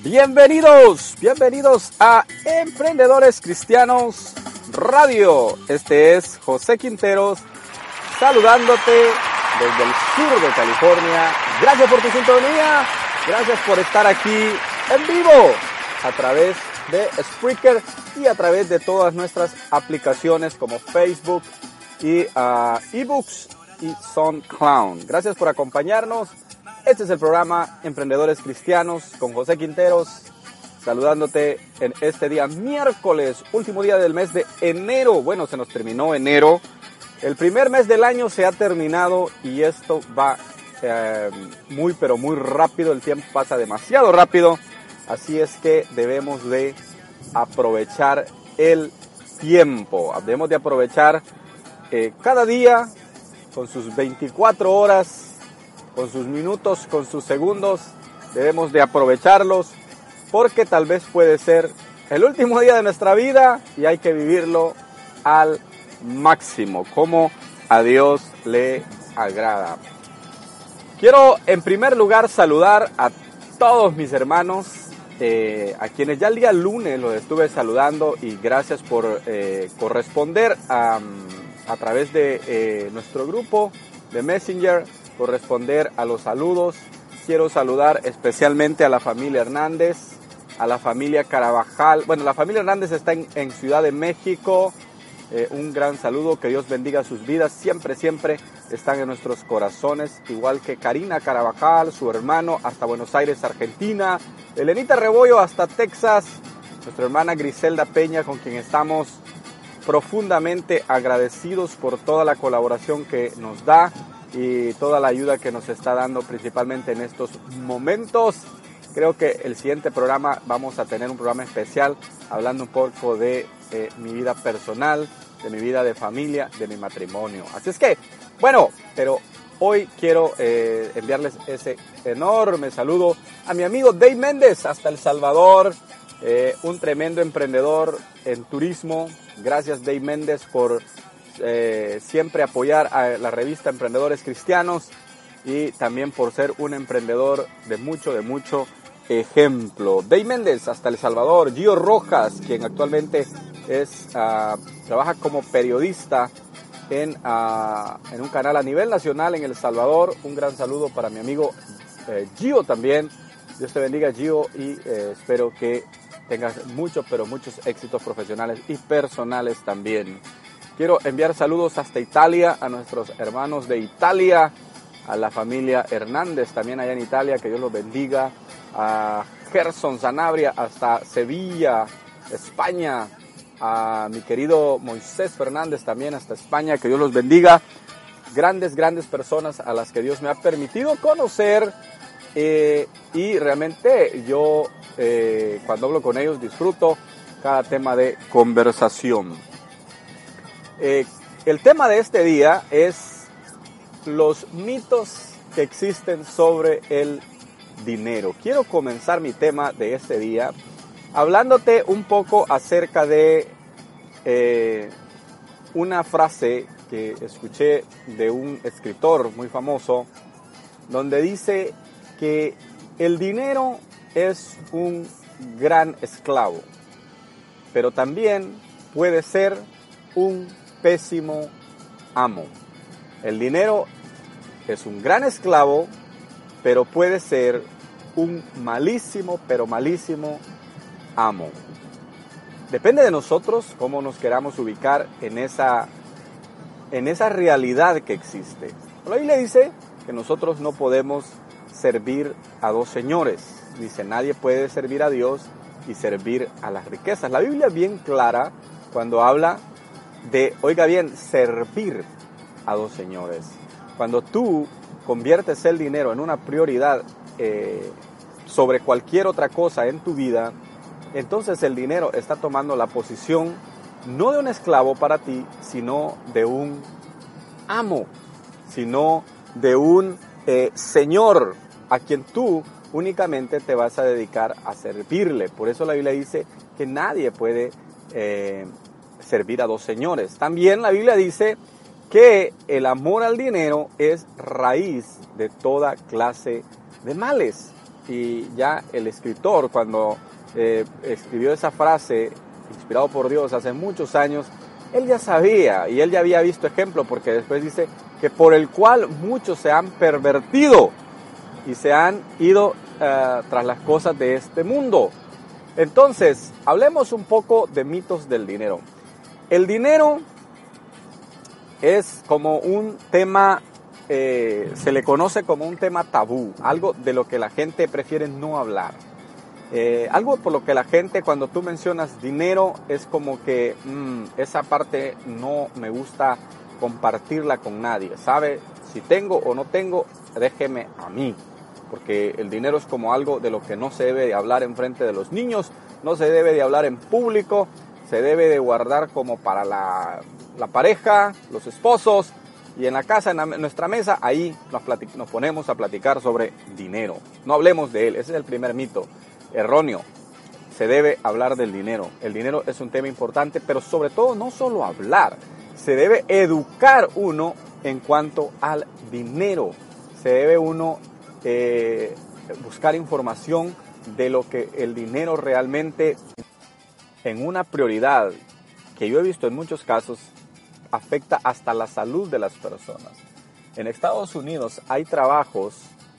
Bienvenidos a Emprendedores Cristianos Radio. Este es José Quinteros saludándote desde el sur de California. Gracias por tu sintonía, gracias por estar aquí en vivo a través de Spreaker y a través de todas nuestras aplicaciones como Facebook y eBooks y SoundCloud. Gracias por acompañarnos. Este es el programa Emprendedores Cristianos con José Quinteros, saludándote en este día miércoles, último día del mes de enero. Bueno, se nos terminó enero. El primer mes del año se ha terminado y esto va muy rápido. El tiempo pasa demasiado rápido. Así es que debemos de aprovechar el tiempo. Debemos de aprovechar cada día con sus 24 horas, con sus minutos, con sus segundos. Debemos de aprovecharlos porque tal vez puede ser el último día de nuestra vida y hay que vivirlo al máximo, como a Dios le agrada. Quiero en primer lugar saludar a todos mis hermanos, a quienes ya el día lunes los estuve saludando, y gracias por corresponder a través de nuestro grupo de Messenger, corresponder a los saludos. Quiero saludar especialmente a la familia Hernández, a la familia Carabajal. Bueno, la familia Hernández está en Ciudad de México. Un gran saludo, que Dios bendiga sus vidas. Siempre están en nuestros corazones, igual que Karina Carabajal, su hermano, hasta Buenos Aires, Argentina. Elenita Rebollo hasta Texas. Nuestra hermana Griselda Peña, con quien estamos profundamente agradecidos por toda la colaboración que nos da y toda la ayuda que nos está dando, principalmente en estos momentos. Creo que el siguiente programa vamos a tener un programa especial hablando un poco de mi vida personal, de mi vida de familia, de mi matrimonio. Así es que, bueno, pero hoy quiero enviarles ese enorme saludo a mi amigo Dave Méndez hasta El Salvador, un tremendo emprendedor en turismo. Gracias, Dave Méndez, por siempre apoyar a la revista Emprendedores Cristianos y también por ser un emprendedor de mucho ejemplo. Dave Méndez hasta El Salvador. Gio Rojas, quien actualmente trabaja como periodista en un canal a nivel nacional en El Salvador. Un gran saludo para mi amigo Gio también. Dios te bendiga, Gio, y espero que tengas muchos éxitos profesionales y personales también. Quiero enviar saludos hasta Italia, a nuestros hermanos de Italia, a la familia Hernández también allá en Italia, que Dios los bendiga, a Gerson Sanabria hasta Sevilla, España, a mi querido Moisés Fernández también hasta España, que Dios los bendiga. Grandes personas a las que Dios me ha permitido conocer, y realmente yo cuando hablo con ellos disfruto cada tema de conversación. El tema de este día es los mitos que existen sobre el dinero. Quiero comenzar mi tema de este día hablándote un poco acerca de una frase que escuché de un escritor muy famoso, donde dice que el dinero es un gran esclavo, pero también puede ser un pésimo amo. El dinero es un gran esclavo, pero puede ser un malísimo amo. Depende de nosotros cómo nos queramos ubicar en esa realidad que existe. La Biblia dice que nosotros no podemos servir a dos señores. Dice, nadie puede servir a Dios y servir a las riquezas. La Biblia es bien clara cuando habla de, oiga bien, servir a dos señores. Cuando tú conviertes el dinero en una prioridad sobre cualquier otra cosa en tu vida, entonces el dinero está tomando la posición no de un esclavo para ti, sino de un amo, sino de un señor a quien tú únicamente te vas a dedicar a servirle. Por eso la Biblia dice que nadie puede servir a dos señores. También la Biblia dice que el amor al dinero es raíz de toda clase de males. y ya el escritor, cuando escribió esa frase, inspirado por Dios hace muchos años, él ya sabía y él ya había visto ejemplo, porque después dice que por el cual muchos se han pervertido y se han ido tras las cosas de este mundo. Entonces, hablemos un poco de mitos del dinero. El dinero es como un tema, se le conoce como un tema tabú, algo de lo que la gente prefiere no hablar. Algo por lo que la gente, cuando tú mencionas dinero, es como que esa parte no me gusta compartirla con nadie, ¿sabe? Si tengo o no tengo, déjeme a mí, porque el dinero es como algo de lo que no se debe de hablar en frente de los niños, no se debe de hablar en público, se debe de guardar como para la pareja, los esposos, y en la casa, en nuestra mesa, ahí nos ponemos a platicar sobre dinero. No hablemos de él, ese es el primer mito erróneo. Se debe hablar del dinero. El dinero es un tema importante, pero sobre todo no solo hablar, se debe educar uno en cuanto al dinero. Se debe uno buscar información de lo que el dinero realmente, en una prioridad que yo he visto en muchos casos, afecta hasta la salud de las personas. En Estados Unidos hay trabajos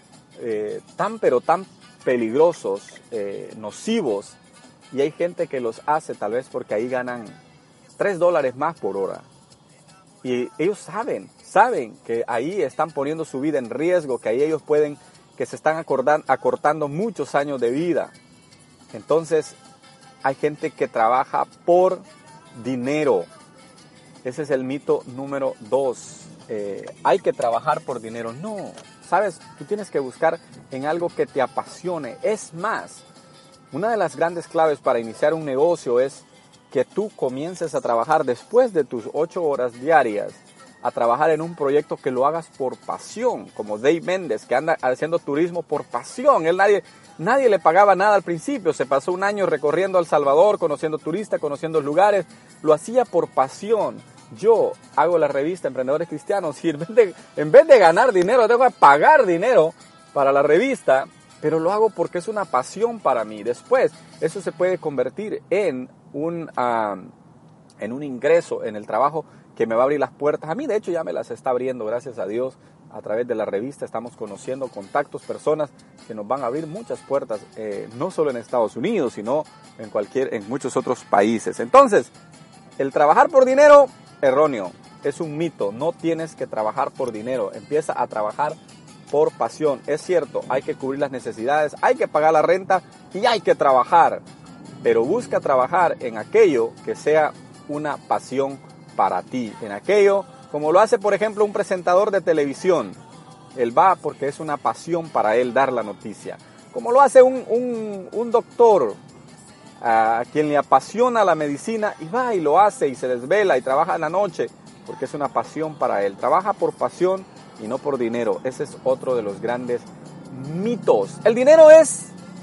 tan peligrosos, nocivos, y hay gente que los hace tal vez porque ahí ganan $3 más por hora. Y ellos saben que ahí están poniendo su vida en riesgo, que ahí ellos que se están acortando muchos años de vida. Entonces, hay gente que trabaja por dinero. Ese es el mito número 2. Hay que trabajar por dinero. No, sabes, tú tienes que buscar en algo que te apasione. Es más, una de las grandes claves para iniciar un negocio es que tú comiences a trabajar después de tus 8 horas diarias, a trabajar en un proyecto que lo hagas por pasión, como Dave Méndez, que anda haciendo turismo por pasión. Nadie le pagaba nada al principio, se pasó un año recorriendo El Salvador, conociendo turistas, conociendo lugares, lo hacía por pasión. Yo hago la revista Emprendedores Cristianos y en vez de ganar dinero, tengo que pagar dinero para la revista, pero lo hago porque es una pasión para mí. Después, eso se puede convertir en un ingreso en el trabajo que me va a abrir las puertas. A mí, de hecho, ya me las está abriendo, gracias a Dios. A través de la revista estamos conociendo contactos, personas que nos van a abrir muchas puertas, no solo en Estados Unidos, sino en muchos otros países. Entonces, el trabajar por dinero, erróneo, es un mito. No tienes que trabajar por dinero, empieza a trabajar por pasión. Es cierto, hay que cubrir las necesidades, hay que pagar la renta y hay que trabajar, pero busca trabajar en aquello que sea una pasión para ti, en aquello como lo hace, por ejemplo, un presentador de televisión. Él va porque es una pasión para él dar la noticia. Como lo hace un doctor a quien le apasiona la medicina y va y lo hace y se desvela y trabaja en la noche porque es una pasión para él. Trabaja por pasión y no por dinero. Ese es otro de los grandes mitos. El dinero es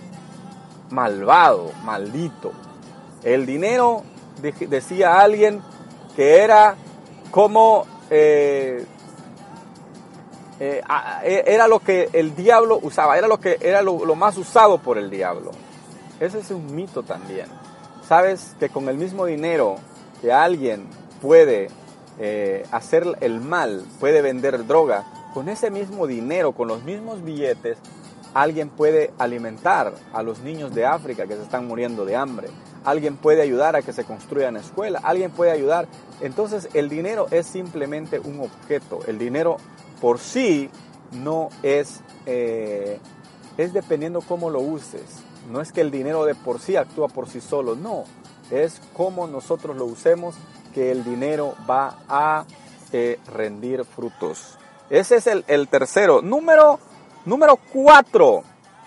malvado, maldito. El dinero, decía alguien, que era como era lo que el diablo usaba, era lo más usado por el diablo. Ese es un mito también. Sabes que con el mismo dinero que alguien puede hacer el mal, puede vender droga, con ese mismo dinero, con los mismos billetes, alguien puede alimentar a los niños de África que se están muriendo de hambre. Alguien puede ayudar a que se construyan escuelas. Alguien puede ayudar. Entonces, el dinero es simplemente un objeto. El dinero por sí no es dependiendo cómo lo uses. No es que el dinero de por sí actúa por sí solo. No, es cómo nosotros lo usemos que el dinero va a rendir frutos. Ese es el tercero. Número 4.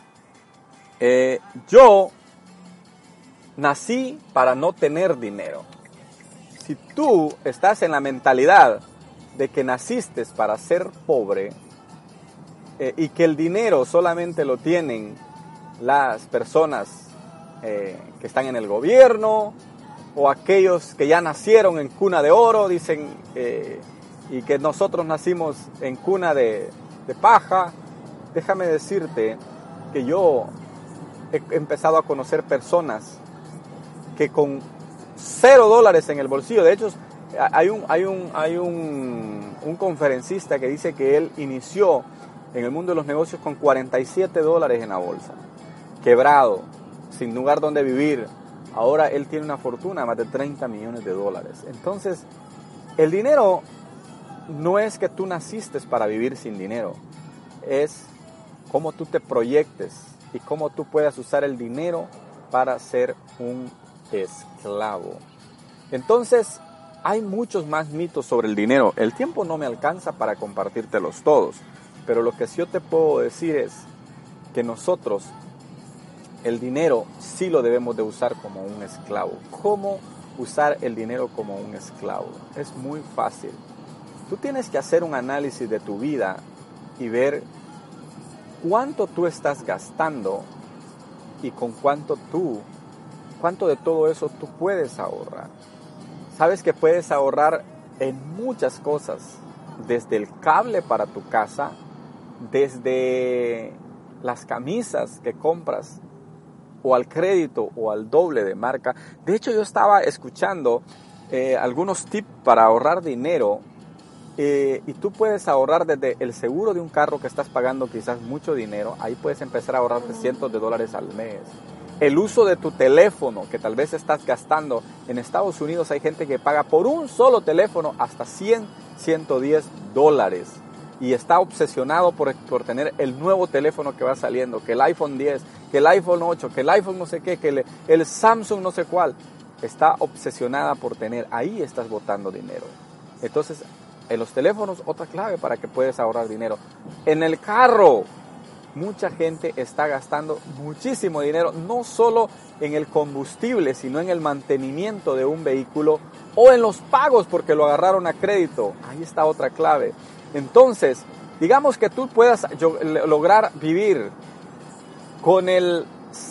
Yo nací para no tener dinero. Si tú estás en la mentalidad de que naciste para ser pobre y que el dinero solamente lo tienen las personas que están en el gobierno o aquellos que ya nacieron en cuna de oro, dicen, y que nosotros nacimos en cuna de paja, déjame decirte que yo he empezado a conocer personas que con $0 en el bolsillo, de hecho hay un conferencista que dice que él inició en el mundo de los negocios con $47 en la bolsa, quebrado, sin lugar donde vivir. Ahora él tiene una fortuna de más de $30 millones. Entonces, el dinero no es que tú naciste para vivir sin dinero, es cómo tú te proyectes y cómo tú puedas usar el dinero para ser un esclavo. Entonces, hay muchos más mitos sobre el dinero. El tiempo no me alcanza para compartírtelos todos, pero lo que sí yo te puedo decir es que nosotros el dinero sí lo debemos de usar como un esclavo. ¿Cómo usar el dinero como un esclavo? Es muy fácil. Tú tienes que hacer un análisis de tu vida y ver cuánto tú estás gastando y con cuánto de todo eso tú puedes ahorrar. Sabes que puedes ahorrar en muchas cosas, desde el cable para tu casa, desde las camisas que compras, o al crédito o al doble de marca. De hecho, yo estaba escuchando algunos tips para ahorrar dinero, y tú puedes ahorrar desde el seguro de un carro que estás pagando quizás mucho dinero. Ahí puedes empezar a ahorrarte cientos de dólares al mes. El uso de tu teléfono que tal vez estás gastando. En Estados Unidos hay gente que paga por un solo teléfono hasta $100, $110 y está obsesionado por tener el nuevo teléfono que va saliendo, que el iPhone 10, que el iPhone 8, que el iPhone no sé qué, que el Samsung no sé cuál. Está obsesionada por tener. Ahí estás botando dinero. Entonces, en los teléfonos, otra clave para que puedas ahorrar dinero. En el carro, mucha gente está gastando muchísimo dinero, no solo en el combustible, sino en el mantenimiento de un vehículo o en los pagos porque lo agarraron a crédito. Ahí está otra clave. Entonces, digamos que tú puedas lograr vivir con el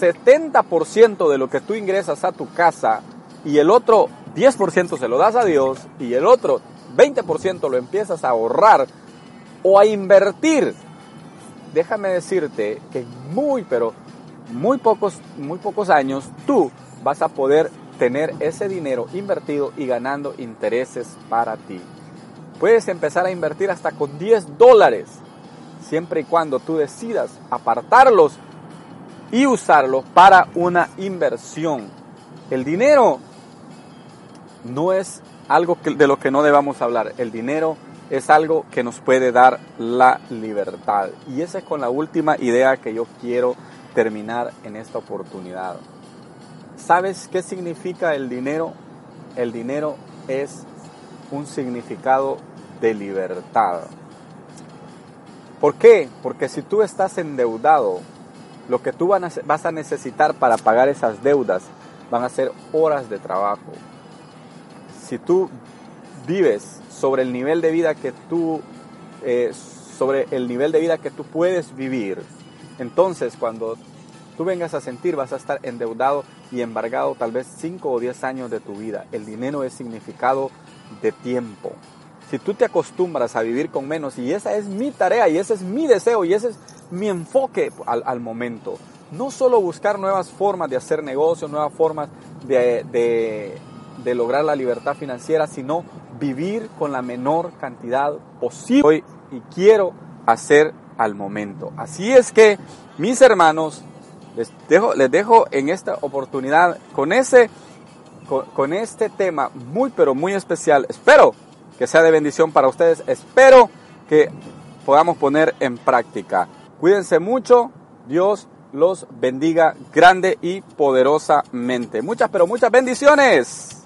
70% de lo que tú ingresas a tu casa y el otro 10% se lo das a Dios y el otro 20% lo empiezas a ahorrar o a invertir. Déjame decirte que en muy pocos años tú vas a poder tener ese dinero invertido y ganando intereses para ti. Puedes empezar a invertir hasta con $10, siempre y cuando tú decidas apartarlos y usarlos para una inversión. El dinero no es algo de lo que no debamos hablar. El dinero es algo que nos puede dar la libertad. Y esa es con la última idea que yo quiero terminar en esta oportunidad. ¿Sabes qué significa el dinero? El dinero es un significado de libertad. ¿Por qué? Porque si tú estás endeudado, lo que tú vas a necesitar para pagar esas deudas van a ser horas de trabajo. Si tú vives sobre el nivel de vida que tú puedes vivir, entonces cuando tú vengas a sentir vas a estar endeudado y embargado tal vez 5 o 10 años de tu vida. El dinero es significado de tiempo. Si tú te acostumbras a vivir con menos, y esa es mi tarea, y ese es mi deseo, y ese es mi enfoque al momento, no solo buscar nuevas formas de hacer negocios, nuevas formas de lograr la libertad financiera, sino vivir con la menor cantidad posible y quiero hacer al momento. Así es que, mis hermanos, les dejo en esta oportunidad con este tema muy pero muy especial. Espero que sea de bendición para ustedes. Espero que podamos poner en práctica. Cuídense mucho. Dios los bendiga grande y poderosamente. Muchas, pero muchas bendiciones.